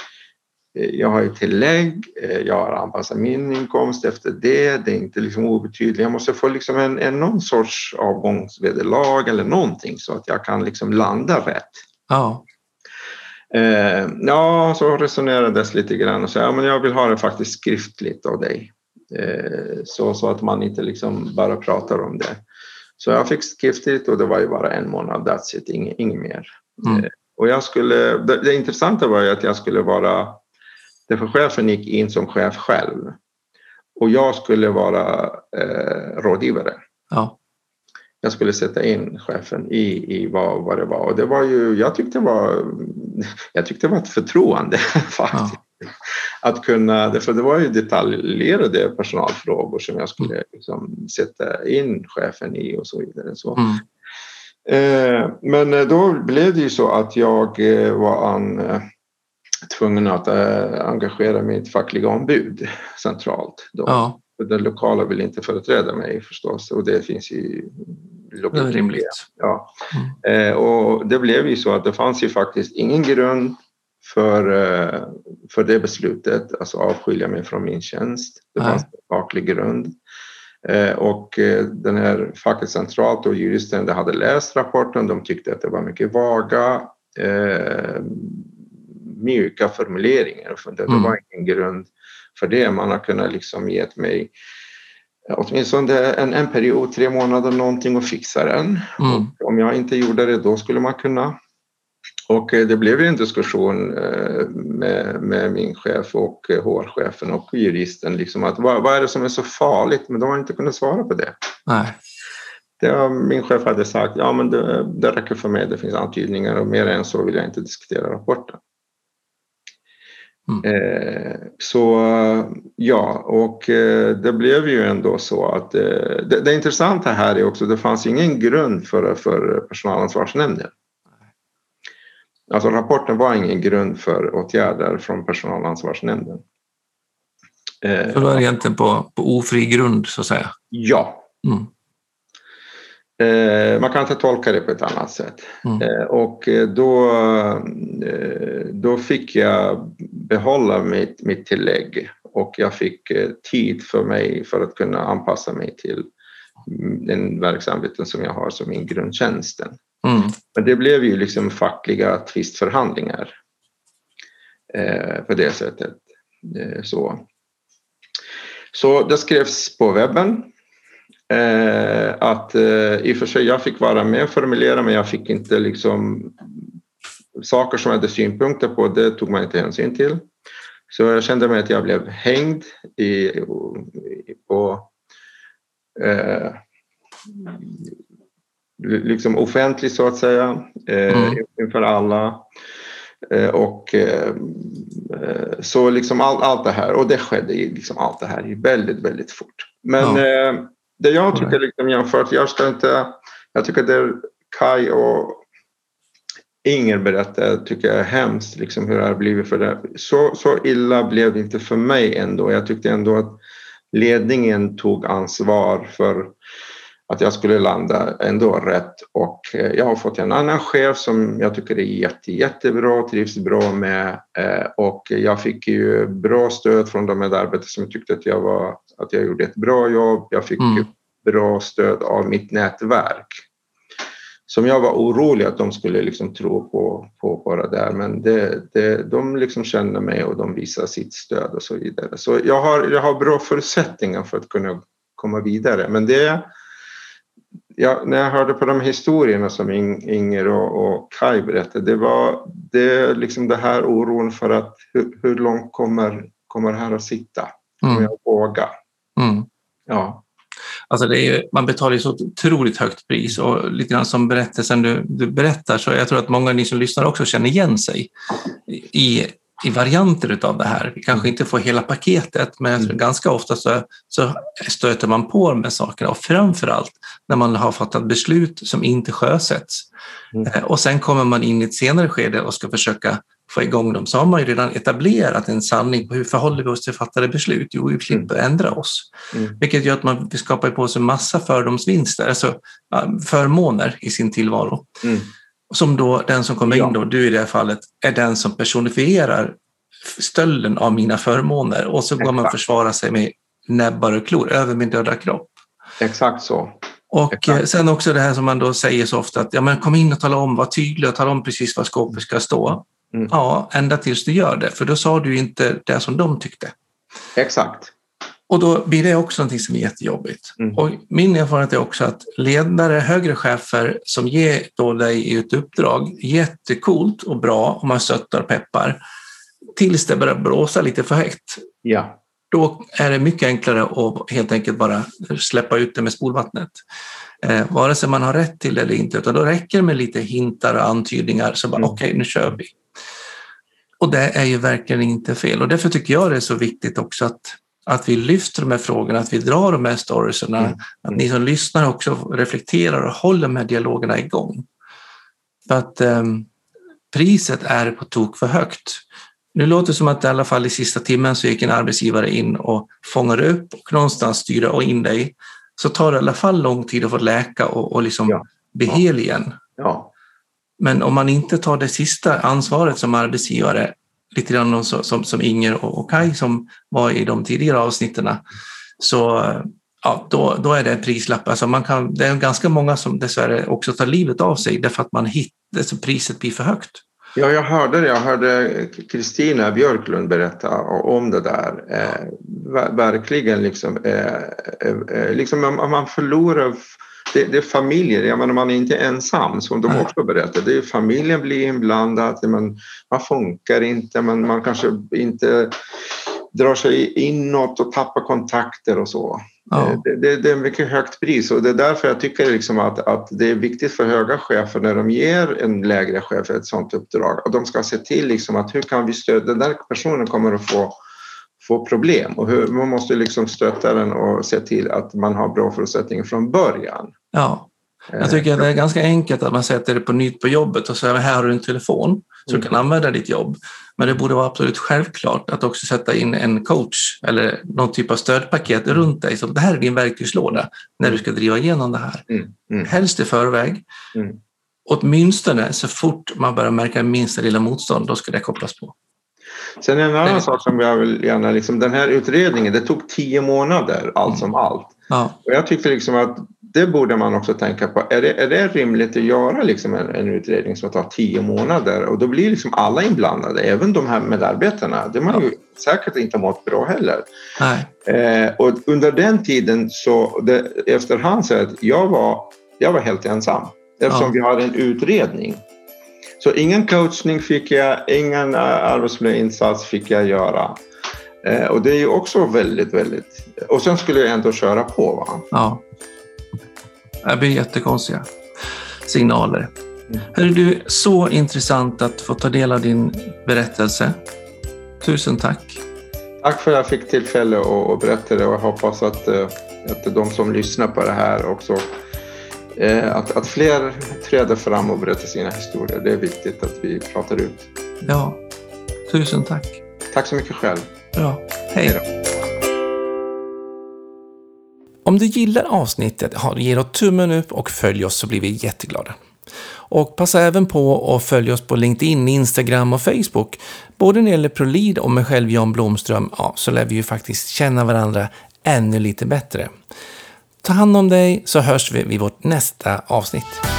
tillägg, jag har anpassat min inkomst efter det är inte liksom obetydligt. Jag måste få liksom någon sorts avgångsvederlag eller någonting så att jag kan liksom landa rätt. Ja. Ja, så resonerades lite grann och sa, ja, men jag vill ha det faktiskt skriftligt av dig. Så att man inte liksom bara pratar om det. Så jag fick skriftligt och det var ju bara 1 månad, that's it, inget mer. Och det intressanta var ju att jag skulle vara, därför chefen gick in som chef själv. Och jag skulle vara rådgivare. Ja. Jag skulle sätta in chefen i vad det var. Och det var ju, jag tyckte det var ett förtroende faktiskt. Ja. Att kunna, för det var ju detaljerade personalfrågor som jag skulle liksom sätta in chefen i och så vidare. Så. Men då blev det ju så att jag var tvungen att engagera mig i ett fackliga ombud centralt. Då. Ja. Den lokala vill inte företräda mig förstås, och det finns ju rimligt. Ja. Och det blev ju så att det fanns ju faktiskt ingen grund för det beslutet, alltså avskilja mig från min tjänst. Det fanns en saklig grund. Och den här facket centralt och juristen hade läst rapporten, de tyckte att det var mycket vaga, mjuka formuleringar. För det var ingen grund för det. Man har kunnat liksom gett mig åtminstone en period, 3 månader någonting och fixa den. Och om jag inte gjorde det, då skulle man kunna. Och det blev ju en diskussion med min chef och HR-chefen och juristen. Liksom att, vad är det som är så farligt? Men de har inte kunnat svara på det. Nej. Min chef hade sagt, ja men det räcker för mig, det finns antydningar och mer än så vill jag inte diskutera rapporten. Så ja, och det blev ju ändå så att det intressanta här är också, det fanns ingen grund för personalansvarsnämnden. Alltså rapporten var ingen grund för åtgärder från personalansvarsnämnden. Så då är det egentligen på ofri grund så att säga? Ja. Man kan inte tolka det på ett annat sätt. Och då fick jag behålla mitt tillägg och jag fick tid för mig för att kunna anpassa mig till den verksamheten som jag har som min grundtjänsten. Men det blev ju liksom fackliga tvistförhandlingar på det sättet. Så det skrevs på webben. Att i och för sig jag fick vara med och formulera, men jag fick inte liksom saker som jag hade synpunkter på, det tog man inte hänsyn till. Så jag kände mig att jag blev hängd på liksom offentligt så att säga inför alla. Och så liksom allt det här, och det skedde liksom allt det här väldigt, väldigt fort. Men det jag tycker liksom jämfört, jag tycker det Kai och Inger berättade tycker jag är hemskt liksom hur det har blivit för det. Så illa blev det inte för mig ändå. Jag tyckte ändå att ledningen tog ansvar för att jag skulle landa ändå rätt, och jag har fått en annan chef som jag tycker är jättebra, trivs bra med, och jag fick ju bra stöd från de medarbetare som tyckte att jag gjorde ett bra jobb. Jag fick bra stöd av mitt nätverk som jag var orolig att de skulle liksom tro på det där, men de liksom känner mig och de visar sitt stöd och så vidare. Så jag har bra förutsättningar för att kunna komma vidare, men när jag hörde på de historierna som Inger och Kai berättade, det liksom det här oron för att hur långt kommer det här att sitta? Kommer jag våga? Ja. Alltså man betalar ju så otroligt högt pris, och lite grann som berättelsen du berättar, så jag tror att många av ni som lyssnar också känner igen sig i varianter av det här. Vi kanske inte får hela paketet, men ganska ofta så stöter man på med saker, och framförallt när man har fattat beslut som inte sjösätts. Och sen kommer man in i ett senare skede och ska försöka få igång dem, så har man ju redan etablerat en sanning på hur förhåller vi oss till fattade beslut. Jo, vi slipper ändra oss. Vilket gör att vi skapar på sig en massa fördomsvinster, alltså förmåner i sin tillvaro. Som då den som kommer in då, du i det här fallet, är den som personifierar stölden av mina förmåner, och så går man försvara sig med näbbar och klor över min döda kropp. Exakt så. Och sen också det här som man då säger så ofta, att men kom in och tala om, var tydlig och tala om precis var skåpet ska stå. Ja, ända tills du gör det. För då sa du inte det som de tyckte. Exakt. Och då blir det också någonting som är jättejobbigt. Och min erfarenhet är också att ledare, högre chefer som ger då dig ett uppdrag, jättekult och bra om man stöttar och peppar, tills det börjar blåsa lite för högt. Ja. Då är det mycket enklare att helt enkelt bara släppa ut det med spolvattnet. Vare sig man har rätt till det eller inte, utan då räcker det med lite hintar och antydningar så bara okej, nu kör vi. Och det är ju verkligen inte fel. Och därför tycker jag det är så viktigt också att vi lyfter de här frågorna, att vi drar de här storiesarna, att ni som lyssnar också reflekterar och håller de här dialogerna igång. För att priset är på tok för högt. Nu låter det som att i alla fall i sista timmen så gick en arbetsgivare in och fångar upp och någonstans styra in dig. Så tar det i alla fall lång tid att få läka och liksom bli hel igen. Ja. Men om man inte tar det sista ansvaret som arbetsgivare, lite grann som Inger och Kai som var i de tidigare avsnitterna, så då är det en prislapp. Alltså det är ganska många som dessvärre också tar livet av sig därför att man hittar så priset blir för högt. Ja, jag hörde Kristina Björklund berätta om det där. Verkligen liksom man förlorar. Det är familjer, jag menar, man är inte ensam som de också berättar. Det är familjen blir inblandad, man funkar inte, man kanske inte drar sig inåt och tappar kontakter och så. Ja. Det är mycket högt pris och det är därför jag tycker liksom att det är viktigt för höga chefer när de ger en lägre chef ett sådant uppdrag. Och de ska se till liksom att hur kan vi stödja, den där personen kommer att få problem och man måste liksom stötta den och se till att man har bra förutsättningar från början. Ja, jag tycker att det är ganska enkelt att man sätter det på nytt på jobbet och säger här har du en telefon så du kan använda ditt jobb. Men det borde vara absolut självklart att också sätta in en coach eller någon typ av stödpaket runt dig. Så det här är din verktygslåda när du ska driva igenom det här. Helst i förväg. Åtminstone så fort man börjar märka minsta lilla motstånd, då ska det kopplas på. Sen en annan sak som jag vill gärna, liksom, den här utredningen, det tog 10 månader allt som allt. Ja. Och jag tyckte liksom att det borde man också tänka på. Är det rimligt att göra liksom en utredning som tar 10 månader? Och då blir liksom alla inblandade, även de här medarbetarna. Det man ju säkert inte mått bra heller. Nej. Och under den tiden så, efterhand så att jag var helt ensam. Eftersom vi hade en utredning. Så ingen coachning fick jag, ingen arbetsmiljöinsats fick jag göra. Och det är ju också väldigt, väldigt... Och sen skulle jag ändå köra på, va? Ja. Det blir jättekonstiga signaler. Hör du, så intressant att få ta del av din berättelse. Tusen tack. Tack för att jag fick tillfälle att berätta det och jag hoppas att de som lyssnar på det här också att fler träder fram och berättar sina historier. Det är viktigt att vi pratar ut. Ja, tusen tack. Tack så mycket själv. Ja, hej då. Om du gillar avsnittet, ge oss tummen upp och följ oss så blir vi jätteglada. Och passa även på att följa oss på LinkedIn, Instagram och Facebook. Både när det gäller ProLead och mig själv Jan Blomström, så lär vi ju faktiskt känna varandra ännu lite bättre. Ta hand om dig så hörs vi vid vårt nästa avsnitt.